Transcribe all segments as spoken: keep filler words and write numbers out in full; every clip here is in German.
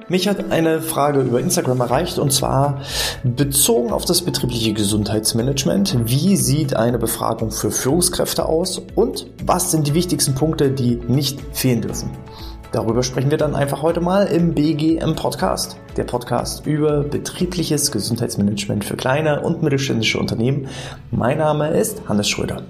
Mich hat eine Frage über Instagram erreicht und zwar bezogen auf das betriebliche Gesundheitsmanagement. Wie sieht eine Befragung für Führungskräfte aus und was sind die wichtigsten Punkte, die nicht fehlen dürfen? Darüber sprechen wir dann einfach heute mal im B G M Podcast, der Podcast über betriebliches Gesundheitsmanagement für kleine und mittelständische Unternehmen. Mein Name ist Hannes Schröder.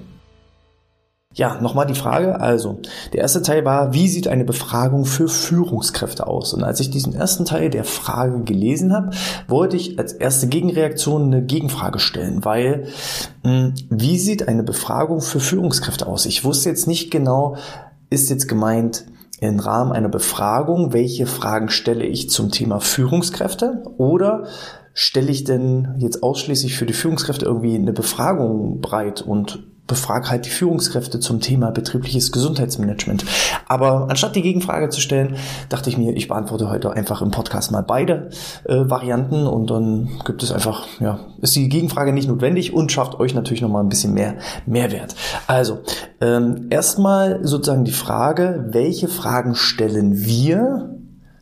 Ja, nochmal die Frage. Also, der erste Teil war, wie sieht eine Befragung für Führungskräfte aus? Und als ich diesen ersten Teil der Frage gelesen habe, wollte ich als erste Gegenreaktion eine Gegenfrage stellen, weil, mh, wie sieht eine Befragung für Führungskräfte aus? Ich wusste jetzt nicht genau, ist jetzt gemeint, im Rahmen einer Befragung, welche Fragen stelle ich zum Thema Führungskräfte oder stelle ich denn jetzt ausschließlich für die Führungskräfte irgendwie eine Befragung breit und befrage halt die Führungskräfte zum Thema betriebliches Gesundheitsmanagement. Aber anstatt die Gegenfrage zu stellen, dachte ich mir, ich beantworte heute einfach im Podcast mal beide äh, Varianten und dann gibt es einfach, ja, ist die Gegenfrage nicht notwendig und schafft euch natürlich nochmal ein bisschen mehr Mehrwert. Also, ähm, erstmal sozusagen die Frage, welche Fragen stellen wir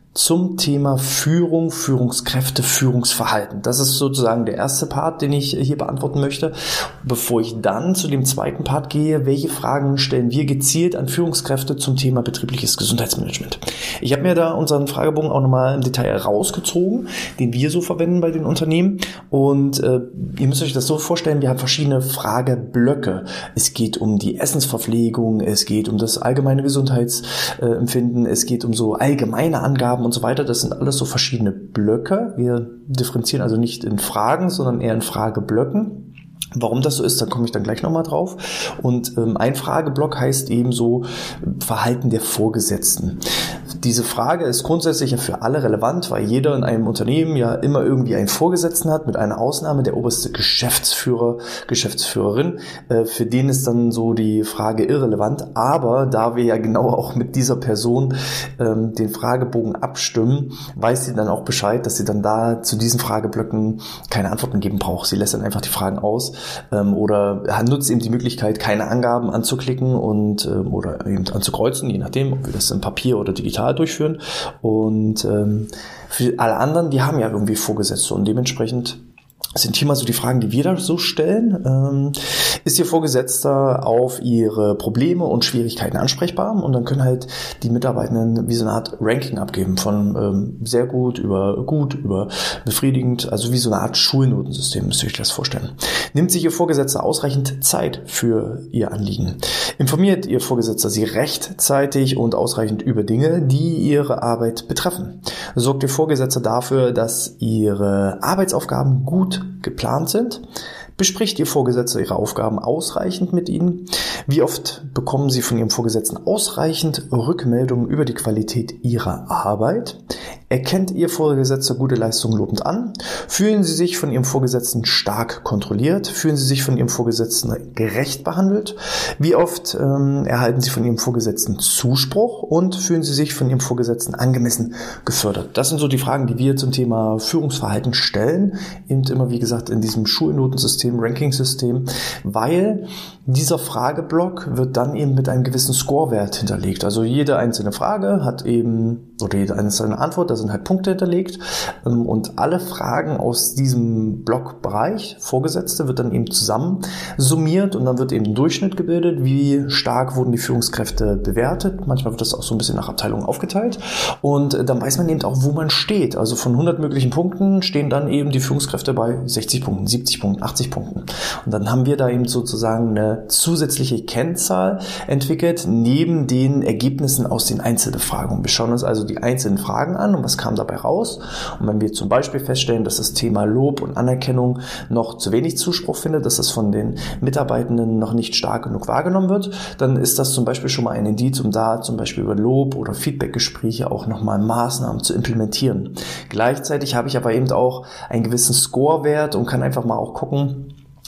zum Thema Führung, Führungskräfte, Führungsverhalten. Das ist sozusagen der erste Part, den ich hier beantworten möchte. Bevor ich dann zu dem zweiten Part gehe, welche Fragen stellen wir gezielt an Führungskräfte zum Thema betriebliches Gesundheitsmanagement? Ich habe mir da unseren Fragebogen auch nochmal im Detail rausgezogen, den wir so verwenden bei den Unternehmen. Und äh, ihr müsst euch das so vorstellen, wir haben verschiedene Frageblöcke. Es geht um die Essensverpflegung, es geht um das allgemeine Gesundheitsempfinden, es geht um so allgemeine Angaben und so weiter. Das sind alles so verschiedene Blöcke. Wir differenzieren also nicht in Fragen, sondern eher in Frageblöcken. Warum das so ist, da komme ich dann gleich nochmal drauf. Und ähm, ein Frageblock heißt eben so Verhalten der Vorgesetzten. Diese Frage ist grundsätzlich ja für alle relevant, weil jeder in einem Unternehmen ja immer irgendwie einen Vorgesetzten hat, mit einer Ausnahme der oberste Geschäftsführer, Geschäftsführerin. Äh, für den ist dann so die Frage irrelevant. Aber da wir ja genau auch mit dieser Person ähm, den Fragebogen abstimmen, weiß sie dann auch Bescheid, dass sie dann da zu diesen Frageblöcken keine Antworten geben braucht. Sie lässt dann einfach die Fragen aus. Oder nutzt eben die Möglichkeit, keine Angaben anzuklicken und oder eben anzukreuzen, je nachdem, ob wir das in Papier oder digital durchführen. Und ähm, für alle anderen, die haben ja irgendwie Vorgesetzte und dementsprechend sind hier mal so die Fragen, die wir da so stellen. Ähm, ist Ihr Vorgesetzter auf Ihre Probleme und Schwierigkeiten ansprechbar? Und dann können halt die Mitarbeitenden wie so eine Art Ranking abgeben von ähm, sehr gut über gut über befriedigend, also wie so eine Art Schulnotensystem, müsst ihr euch das vorstellen. Nimmt sich Ihr Vorgesetzter ausreichend Zeit für Ihr Anliegen? Informiert Ihr Vorgesetzter Sie rechtzeitig und ausreichend über Dinge, die Ihre Arbeit betreffen? Sorgt Ihr Vorgesetzter dafür, dass Ihre Arbeitsaufgaben gut geplant sind? Bespricht Ihr Vorgesetzter Ihre Aufgaben ausreichend mit Ihnen? Wie oft bekommen Sie von Ihrem Vorgesetzten ausreichend Rückmeldungen über die Qualität Ihrer Arbeit? Erkennt Ihr Vorgesetzter gute Leistungen lobend an? Fühlen Sie sich von Ihrem Vorgesetzten stark kontrolliert? Fühlen Sie sich von Ihrem Vorgesetzten gerecht behandelt? Wie oft ähm, erhalten Sie von Ihrem Vorgesetzten Zuspruch? Und fühlen Sie sich von Ihrem Vorgesetzten angemessen gefördert? Das sind so die Fragen, die wir zum Thema Führungsverhalten stellen. Eben immer, wie gesagt, in diesem Schulnotensystem, Ranking-System, weil dieser Frageblock wird dann eben mit einem gewissen Scorewert hinterlegt. Also jede einzelne Frage hat eben, oder jede einzelne Antwort, da sind halt Punkte hinterlegt und alle Fragen aus diesem Blockbereich, Vorgesetzte, wird dann eben zusammen summiert und dann wird eben ein Durchschnitt gebildet, wie stark wurden die Führungskräfte bewertet. Manchmal wird das auch so ein bisschen nach Abteilungen aufgeteilt und dann weiß man eben auch, wo man steht. Also von hundert möglichen Punkten stehen dann eben die Führungskräfte bei sechzig Punkten, siebzig Punkten, achtzig Punkten. Und dann haben wir da eben sozusagen eine zusätzliche Kennzahl entwickelt, neben den Ergebnissen aus den Einzelbefragungen. Wir schauen uns also die einzelnen Fragen an und was kam dabei raus. Und wenn wir zum Beispiel feststellen, dass das Thema Lob und Anerkennung noch zu wenig Zuspruch findet, dass das von den Mitarbeitenden noch nicht stark genug wahrgenommen wird, dann ist das zum Beispiel schon mal ein Indiz, um da zum Beispiel über Lob oder Feedbackgespräche auch nochmal Maßnahmen zu implementieren. Gleichzeitig habe ich aber eben auch einen gewissen Scorewert und kann einfach mal auch gucken,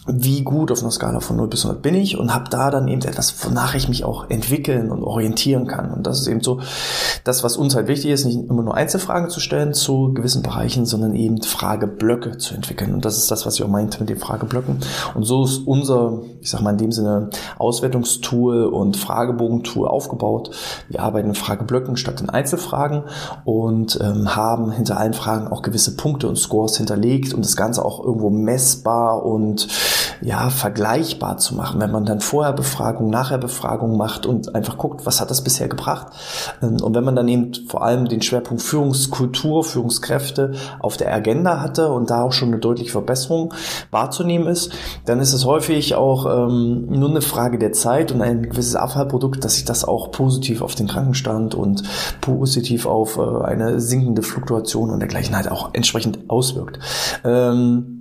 wie gut auf einer Skala von null bis hundert bin ich und habe da dann eben etwas, wonach ich mich auch entwickeln und orientieren kann. Und das ist eben so das, was uns halt wichtig ist, nicht immer nur Einzelfragen zu stellen zu gewissen Bereichen, sondern eben Frageblöcke zu entwickeln. Und das ist das, was ich auch meinte mit den Frageblöcken. Und so ist unser, ich sag mal in dem Sinne, Auswertungstool und Fragebogentool aufgebaut. Wir arbeiten in Frageblöcken statt in Einzelfragen und ähm, haben hinter allen Fragen auch gewisse Punkte und Scores hinterlegt, um das Ganze auch irgendwo messbar und ja, vergleichbar zu machen, wenn man dann vorher Befragung, nachher Befragung macht und einfach guckt, was hat das bisher gebracht. Und wenn man dann eben vor allem den Schwerpunkt Führungskultur, Führungskräfte auf der Agenda hatte und da auch schon eine deutliche Verbesserung wahrzunehmen ist, dann ist es häufig auch ähm, nur eine Frage der Zeit und ein gewisses Abfallprodukt, dass sich das auch positiv auf den Krankenstand und positiv auf äh, eine sinkende Fluktuation und dergleichen halt auch entsprechend auswirkt. Ähm,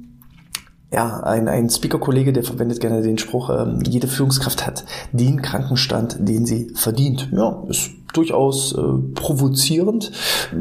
Ja, ein, ein Speaker-Kollege, der verwendet gerne den Spruch, ähm, jede Führungskraft hat den Krankenstand, den sie verdient. Ja, ist durchaus äh, provozierend.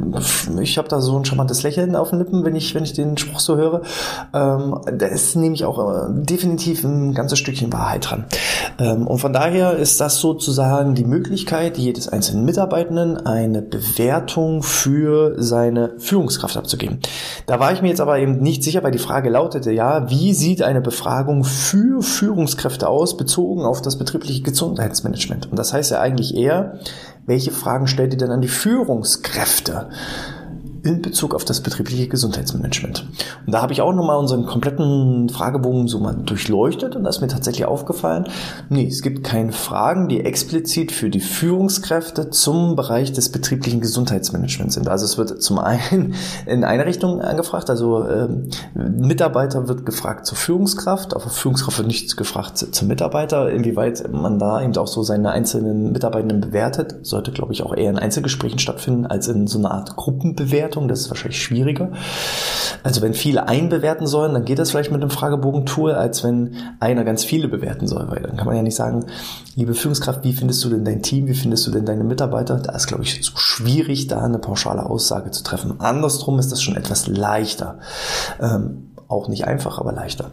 Ich habe da so ein charmantes Lächeln auf den Lippen, wenn ich wenn ich den Spruch so höre. Ähm, da ist nämlich auch äh, definitiv ein ganzes Stückchen Wahrheit dran. Ähm, und von daher ist das sozusagen die Möglichkeit jedes einzelnen Mitarbeitenden, eine Bewertung für seine Führungskraft abzugeben. Da war ich mir jetzt aber eben nicht sicher, weil die Frage lautete ja, wie sieht eine Befragung für Führungskräfte aus, bezogen auf das betriebliche Gesundheitsmanagement? Und das heißt ja eigentlich eher, welche Fragen stellt ihr denn an die Führungskräfte in Bezug auf das betriebliche Gesundheitsmanagement? Und da habe ich auch nochmal unseren kompletten Fragebogen so mal durchleuchtet und da ist mir tatsächlich aufgefallen, nee, es gibt keine Fragen, die explizit für die Führungskräfte zum Bereich des betrieblichen Gesundheitsmanagements sind. Also es wird zum einen in eine Richtung angefragt, also äh, Mitarbeiter wird gefragt zur Führungskraft, aber Führungskraft wird nicht gefragt zum Mitarbeiter. Inwieweit man da eben auch so seine einzelnen Mitarbeitenden bewertet, sollte, glaube ich, auch eher in Einzelgesprächen stattfinden, als in so einer Art Gruppenbewertung. Das ist wahrscheinlich schwieriger. Also wenn viele einen bewerten sollen, dann geht das vielleicht mit einem Fragebogen-Tool, als wenn einer ganz viele bewerten soll. Weil dann kann man ja nicht sagen, liebe Führungskraft, wie findest du denn dein Team, wie findest du denn deine Mitarbeiter? Da ist, glaube ich, so schwierig, da eine pauschale Aussage zu treffen. Andersrum ist das schon etwas leichter. Ähm, auch nicht einfach, aber leichter.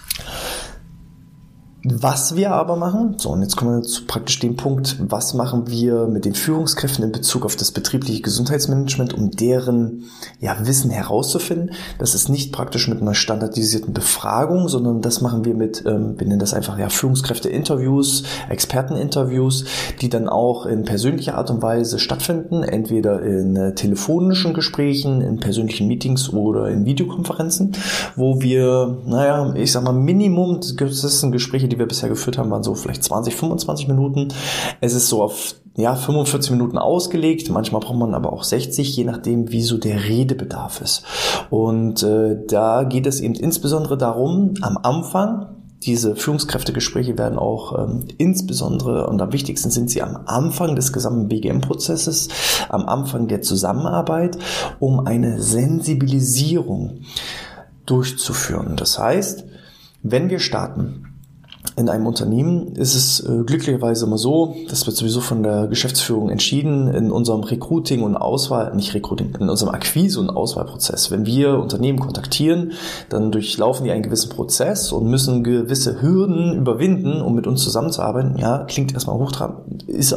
Was wir aber machen, so und jetzt kommen wir zu praktisch dem Punkt, was machen wir mit den Führungskräften in Bezug auf das betriebliche Gesundheitsmanagement, um deren ja, Wissen herauszufinden. Das ist nicht praktisch mit einer standardisierten Befragung, sondern das machen wir mit, ähm, wir nennen das einfach ja Führungskräfte-Interviews, Experteninterviews, die dann auch in persönlicher Art und Weise stattfinden, entweder in äh, telefonischen Gesprächen, in persönlichen Meetings oder in Videokonferenzen, wo wir, naja, ich sag mal, Minimum, das sind Gespräche, die wir bisher geführt haben, waren so vielleicht zwanzig, fünfundzwanzig Minuten. Es ist so auf ja, fünfundvierzig Minuten ausgelegt. Manchmal braucht man aber auch sechzig, je nachdem, wie so der Redebedarf ist. Und äh, da geht es eben insbesondere darum, am Anfang, diese Führungskräftegespräche werden auch ähm, insbesondere und am wichtigsten sind sie am Anfang des gesamten B G M-Prozesses, am Anfang der Zusammenarbeit, um eine Sensibilisierung durchzuführen. Das heißt, wenn wir starten, in einem Unternehmen ist es äh, glücklicherweise immer so, das wird sowieso von der Geschäftsführung entschieden, in unserem Recruiting und Auswahl, nicht Recruiting, in unserem Akquise- und Auswahlprozess. Wenn wir Unternehmen kontaktieren, dann durchlaufen die einen gewissen Prozess und müssen gewisse Hürden überwinden, um mit uns zusammenzuarbeiten. Ja, klingt erstmal hochtrabend. Ist,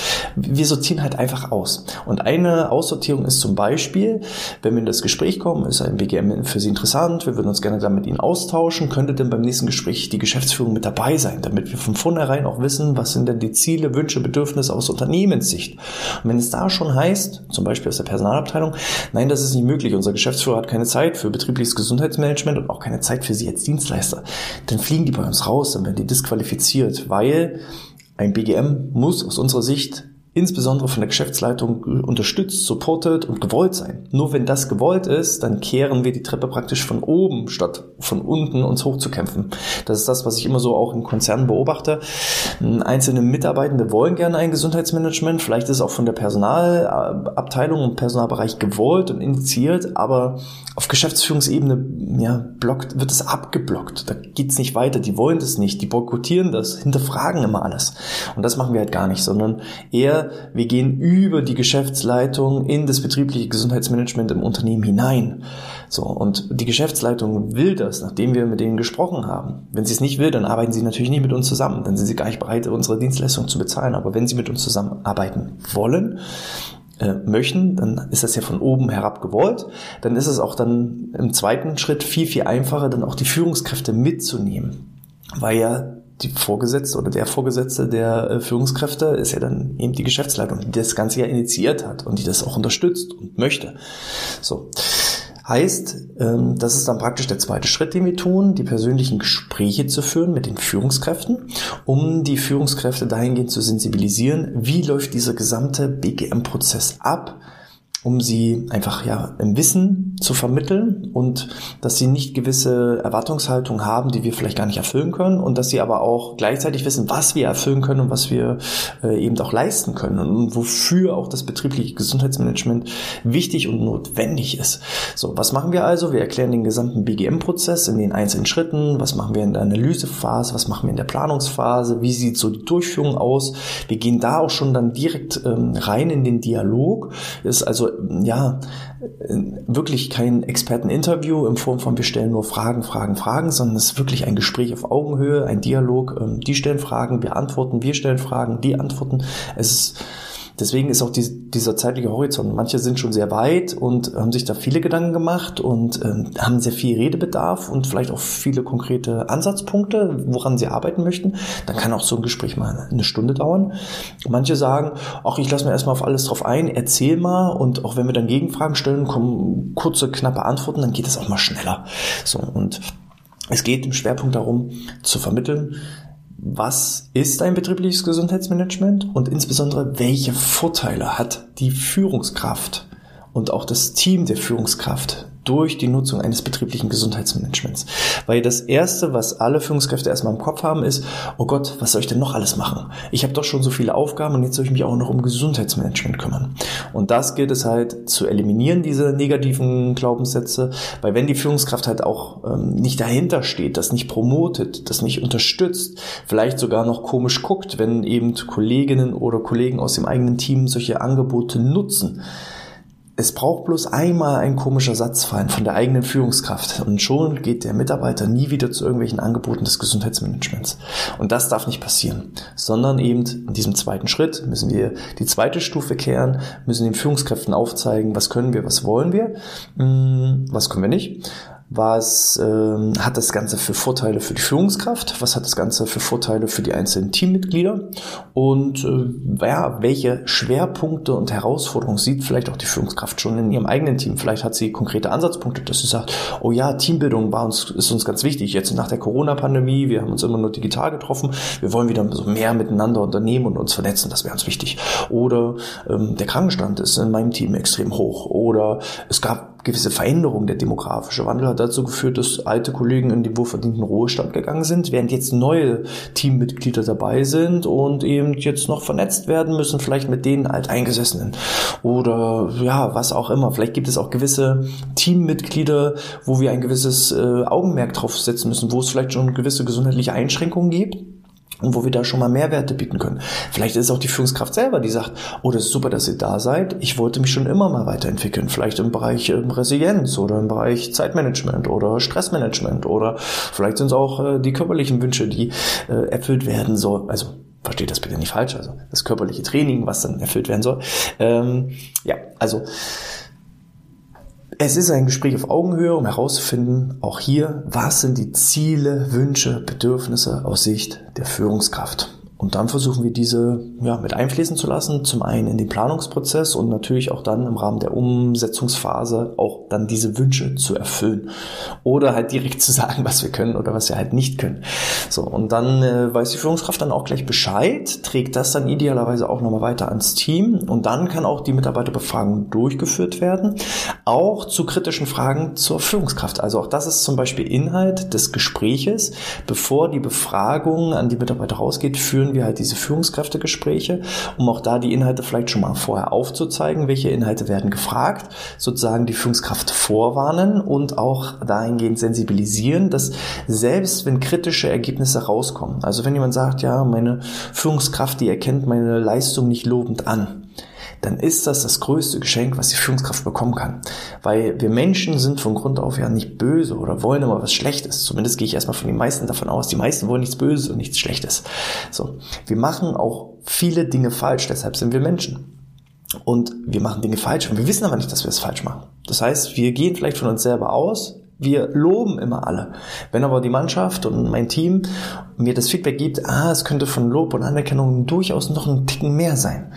wir sortieren halt einfach aus. Und eine Aussortierung ist zum Beispiel, wenn wir in das Gespräch kommen, ist ein B G M für Sie interessant, wir würden uns gerne dann mit Ihnen austauschen, könnte denn beim nächsten Gespräch die Geschäftsführung mit dabei sein, damit wir von vornherein auch wissen, was sind denn die Ziele, Wünsche, Bedürfnisse aus Unternehmenssicht. Und wenn es da schon heißt, zum Beispiel aus der Personalabteilung, nein, das ist nicht möglich, unser Geschäftsführer hat keine Zeit für betriebliches Gesundheitsmanagement und auch keine Zeit für Sie als Dienstleister, dann fliegen die bei uns raus, dann werden die disqualifiziert, weil ein B G M muss aus unserer Sicht insbesondere von der Geschäftsleitung unterstützt, supported und gewollt sein. Nur wenn das gewollt ist, dann kehren wir die Treppe praktisch von oben, statt von unten uns hochzukämpfen. Das ist das, was ich immer so auch in Konzernen beobachte. Einzelne Mitarbeitende wollen gerne ein Gesundheitsmanagement, vielleicht ist es auch von der Personalabteilung und Personalbereich gewollt und initiiert, aber auf Geschäftsführungsebene ja, blockt, wird es abgeblockt. Da geht's nicht weiter, die wollen das nicht, die boykottieren das, hinterfragen immer alles. Und das machen wir halt gar nicht, sondern eher wir, wir gehen über die Geschäftsleitung in das betriebliche Gesundheitsmanagement im Unternehmen hinein. So, und die Geschäftsleitung will das, nachdem wir mit denen gesprochen haben. Wenn sie es nicht will, dann arbeiten sie natürlich nicht mit uns zusammen. Dann sind sie gar nicht bereit, unsere Dienstleistung zu bezahlen. Aber wenn sie mit uns zusammenarbeiten wollen, äh, möchten, dann ist das ja von oben herab gewollt. Dann ist es auch dann im zweiten Schritt viel, viel einfacher, dann auch die Führungskräfte mitzunehmen. Weil ja die Vorgesetzte oder der Vorgesetzte der äh, Führungskräfte ist ja dann eben die Geschäftsleitung, die das Ganze ja initiiert hat und die das auch unterstützt und möchte. So. Heißt, das ist dann praktisch der zweite Schritt, den wir tun, die persönlichen Gespräche zu führen mit den Führungskräften, um die Führungskräfte dahingehend zu sensibilisieren, wie läuft dieser gesamte B G M-Prozess ab, um sie einfach ja im Wissen zu vermitteln und dass sie nicht gewisse Erwartungshaltungen haben, die wir vielleicht gar nicht erfüllen können und dass sie aber auch gleichzeitig wissen, was wir erfüllen können und was wir äh, eben auch leisten können und wofür auch das betriebliche Gesundheitsmanagement wichtig und notwendig ist. So, was machen wir also? Wir erklären den gesamten B G M-Prozess in den einzelnen Schritten. Was machen wir in der Analysephase? Was machen wir in der Planungsphase? Wie sieht so die Durchführung aus? Wir gehen da auch schon dann direkt ähm, rein in den Dialog. Das ist also ja, wirklich kein Experteninterview in Form von wir stellen nur Fragen, Fragen, Fragen, sondern es ist wirklich ein Gespräch auf Augenhöhe, ein Dialog. Die stellen Fragen, wir antworten, wir stellen Fragen, die antworten. Es ist Deswegen ist auch die, dieser zeitliche Horizont, manche sind schon sehr weit und haben sich da viele Gedanken gemacht und ähm, haben sehr viel Redebedarf und vielleicht auch viele konkrete Ansatzpunkte, woran sie arbeiten möchten. Dann kann auch so ein Gespräch mal eine Stunde dauern. Manche sagen, ach, ich lasse mir erstmal auf alles drauf ein, erzähl mal und auch wenn wir dann Gegenfragen stellen, kommen kurze, knappe Antworten, dann geht es auch mal schneller. So, und es geht im Schwerpunkt darum, zu vermitteln, was ist ein betriebliches Gesundheitsmanagement und insbesondere welche Vorteile hat die Führungskraft und auch das Team der Führungskraft durch die Nutzung eines betrieblichen Gesundheitsmanagements. Weil das Erste, was alle Führungskräfte erstmal im Kopf haben, ist, oh Gott, was soll ich denn noch alles machen? Ich habe doch schon so viele Aufgaben und jetzt soll ich mich auch noch um Gesundheitsmanagement kümmern. Und das gilt es halt zu eliminieren, diese negativen Glaubenssätze, weil wenn die Führungskraft halt auch ähm, nicht dahinter steht, das nicht promotet, das nicht unterstützt, vielleicht sogar noch komisch guckt, wenn eben Kolleginnen oder Kollegen aus dem eigenen Team solche Angebote nutzen. Es braucht bloß einmal ein komischer Satz fallen von der eigenen Führungskraft und schon geht der Mitarbeiter nie wieder zu irgendwelchen Angeboten des Gesundheitsmanagements. Und das darf nicht passieren, sondern eben in diesem zweiten Schritt müssen wir die zweite Stufe kehren, müssen den Führungskräften aufzeigen, was können wir, was wollen wir, was können wir nicht. Was ähm, hat das Ganze für Vorteile für die Führungskraft? Was hat das Ganze für Vorteile für die einzelnen Teammitglieder? Und äh, ja, welche Schwerpunkte und Herausforderungen sieht vielleicht auch die Führungskraft schon in ihrem eigenen Team? Vielleicht hat sie konkrete Ansatzpunkte, dass sie sagt, oh ja, Teambildung war uns, ist uns ganz wichtig. Jetzt nach der Corona-Pandemie, wir haben uns immer nur digital getroffen. Wir wollen wieder so mehr miteinander unternehmen und uns vernetzen. Das wäre uns wichtig. Oder ähm, der Krankenstand ist in meinem Team extrem hoch. Oder es gab gewisse Veränderungen. Der demografische Wandel hat dazu geführt, dass alte Kollegen in den wohlverdienten Ruhestand gegangen sind, während jetzt neue Teammitglieder dabei sind und eben jetzt noch vernetzt werden müssen, vielleicht mit den Alteingesessenen oder ja, was auch immer. Vielleicht gibt es auch gewisse Teammitglieder, wo wir ein gewisses äh, Augenmerk drauf setzen müssen, wo es vielleicht schon gewisse gesundheitliche Einschränkungen gibt. Und wo wir da schon mal Mehrwerte bieten können. Vielleicht ist es auch die Führungskraft selber, die sagt, oh, das ist super, dass ihr da seid. Ich wollte mich schon immer mal weiterentwickeln. Vielleicht im Bereich ähm, Resilienz oder im Bereich Zeitmanagement oder Stressmanagement oder vielleicht sind es auch äh, die körperlichen Wünsche, die äh, erfüllt werden sollen. Also versteht das bitte nicht falsch. Also das körperliche Training, was dann erfüllt werden soll. Ähm, ja, also es ist ein Gespräch auf Augenhöhe, um herauszufinden, auch hier, was sind die Ziele, Wünsche, Bedürfnisse aus Sicht der Führungskraft. Und dann versuchen wir diese ja, mit einfließen zu lassen, zum einen in den Planungsprozess und natürlich auch dann im Rahmen der Umsetzungsphase auch dann diese Wünsche zu erfüllen. Oder halt direkt zu sagen, was wir können oder was wir halt nicht können. So, und dann äh, weiß die Führungskraft dann auch gleich Bescheid, trägt das dann idealerweise auch nochmal weiter ans Team und dann kann auch die Mitarbeiterbefragung durchgeführt werden, auch zu kritischen Fragen zur Führungskraft. Also auch das ist zum Beispiel Inhalt des Gespräches, bevor die Befragung an die Mitarbeiter rausgeht, führen führen wir halt diese Führungskräftegespräche, um auch da die Inhalte vielleicht schon mal vorher aufzuzeigen, welche Inhalte werden gefragt, sozusagen die Führungskraft vorwarnen und auch dahingehend sensibilisieren, dass selbst wenn kritische Ergebnisse rauskommen, also wenn jemand sagt, ja, meine Führungskraft, die erkennt meine Leistung nicht lobend an, dann ist das das größte Geschenk, was die Führungskraft bekommen kann. Weil wir Menschen sind von Grund auf ja nicht böse oder wollen immer was Schlechtes. Zumindest gehe ich erstmal von den meisten davon aus. Die meisten wollen nichts Böses und nichts Schlechtes. So, wir machen auch viele Dinge falsch, deshalb sind wir Menschen. Und wir machen Dinge falsch und wir wissen aber nicht, dass wir es falsch machen. Das heißt, wir gehen vielleicht von uns selber aus. Wir loben immer alle. Wenn aber die Mannschaft und mein Team mir das Feedback gibt, ah, es könnte von Lob und Anerkennung durchaus noch ein Ticken mehr sein,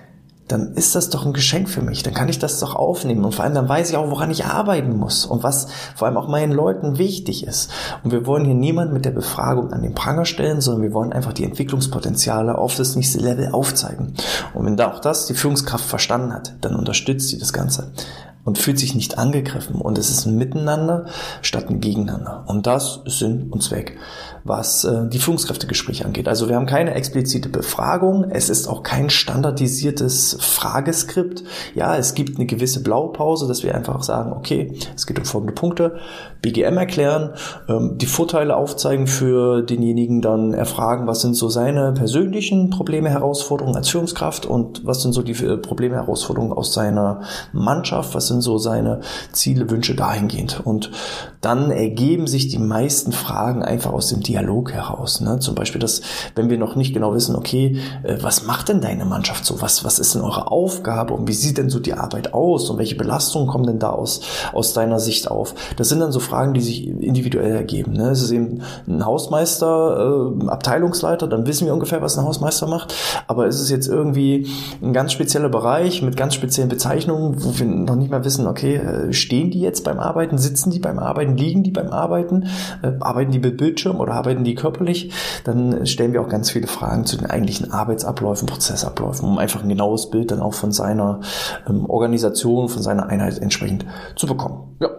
dann ist das doch ein Geschenk für mich. Dann kann ich das doch aufnehmen. Und vor allem dann weiß ich auch, woran ich arbeiten muss und was vor allem auch meinen Leuten wichtig ist. Und wir wollen hier niemanden mit der Befragung an den Pranger stellen, sondern wir wollen einfach die Entwicklungspotenziale auf das nächste Level aufzeigen. Und wenn da auch das die Führungskraft verstanden hat, dann unterstützt sie das Ganze und fühlt sich nicht angegriffen. Und es ist ein Miteinander statt ein Gegeneinander. Und das ist Sinn und Zweck, was äh, die Führungskräftegespräche angeht. Also wir haben keine explizite Befragung. Es ist auch kein standardisiertes Frageskript. Ja, es gibt eine gewisse Blaupause, dass wir einfach sagen, okay, es geht um folgende Punkte, B G M erklären, ähm, die Vorteile aufzeigen für denjenigen, dann erfragen, was sind so seine persönlichen Probleme, Herausforderungen als Führungskraft und was sind so die äh, Probleme, Herausforderungen aus seiner Mannschaft, was sind so seine Ziele, Wünsche dahingehend. Und dann ergeben sich die meisten Fragen einfach aus dem Dialog heraus. Ne? Zum Beispiel, dass, wenn wir noch nicht genau wissen, okay, äh, was macht denn deine Mannschaft so? Was, was ist denn eure Aufgabe und wie sieht denn so die Arbeit aus und welche Belastungen kommen denn da aus, aus deiner Sicht auf? Das sind dann so Fragen, die sich individuell ergeben. Ne? Es ist eben ein Hausmeister, äh, Abteilungsleiter, dann wissen wir ungefähr, was ein Hausmeister macht. Aber ist es jetzt irgendwie ein ganz spezieller Bereich mit ganz speziellen Bezeichnungen, wo wir noch nicht mal wissen, okay, stehen die jetzt beim Arbeiten, sitzen die beim Arbeiten, liegen die beim Arbeiten, äh, arbeiten die mit Bildschirm oder arbeiten die körperlich? Dann stellen wir auch ganz viele Fragen zu den eigentlichen Arbeitsabläufen, Prozessabläufen, um einfach ein genaues Bild dann auch von seiner ähm, Organisation, von seiner Einheit entsprechend zu bekommen. Ja.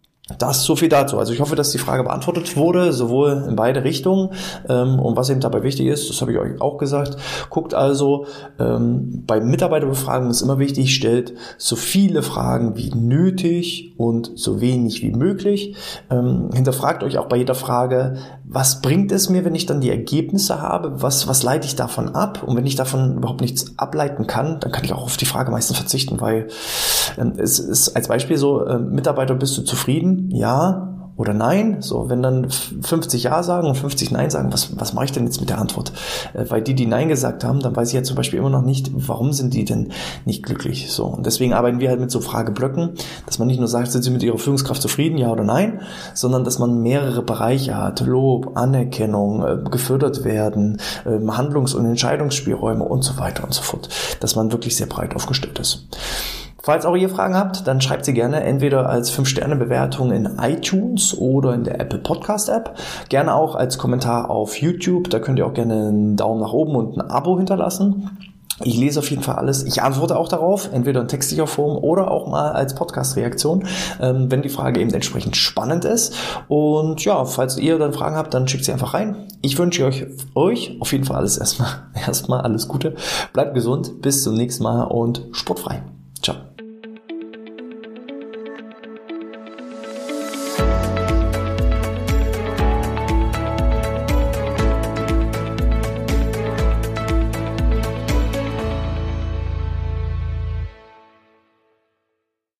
Das so viel dazu. Also ich hoffe, dass die Frage beantwortet wurde, sowohl in beide Richtungen. Und was eben dabei wichtig ist, das habe ich euch auch gesagt, guckt also, ähm, bei Mitarbeiterbefragungen ist immer wichtig, stellt so viele Fragen wie nötig und so wenig wie möglich. Ähm, hinterfragt euch auch bei jeder Frage, was bringt es mir, wenn ich dann die Ergebnisse habe? Was, was leite ich davon ab? Und wenn ich davon überhaupt nichts ableiten kann, dann kann ich auch auf die Frage meistens verzichten, weil ähm, es ist als Beispiel so, äh, Mitarbeiter, bist du zufrieden? Ja oder nein? So, wenn dann fünfzig Ja sagen und fünfzig Nein sagen, was, was mache ich denn jetzt mit der Antwort? Äh, weil die, die Nein gesagt haben, dann weiß ich ja zum Beispiel immer noch nicht, warum sind die denn nicht glücklich? So, und deswegen arbeiten wir halt mit so Frageblöcken, dass man nicht nur sagt, sind sie mit ihrer Führungskraft zufrieden, ja oder nein, sondern dass man mehrere Bereiche hat, Lob, Anerkennung, äh, gefördert werden, äh, Handlungs- und Entscheidungsspielräume und so weiter und so fort, dass man wirklich sehr breit aufgestellt ist. Falls auch ihr Fragen habt, dann schreibt sie gerne entweder als fünf Sterne Bewertung in iTunes oder in der Apple Podcast App. Gerne auch als Kommentar auf YouTube. Da könnt ihr auch gerne einen Daumen nach oben und ein Abo hinterlassen. Ich lese auf jeden Fall alles. Ich antworte auch darauf, entweder in textlicher Form oder auch mal als Podcast-Reaktion, ähm, wenn die Frage eben entsprechend spannend ist. Und ja, falls ihr dann Fragen habt, dann schickt sie einfach rein. Ich wünsche euch, euch auf jeden Fall alles erstmal, erstmal alles Gute. Bleibt gesund, bis zum nächsten Mal und sportfrei.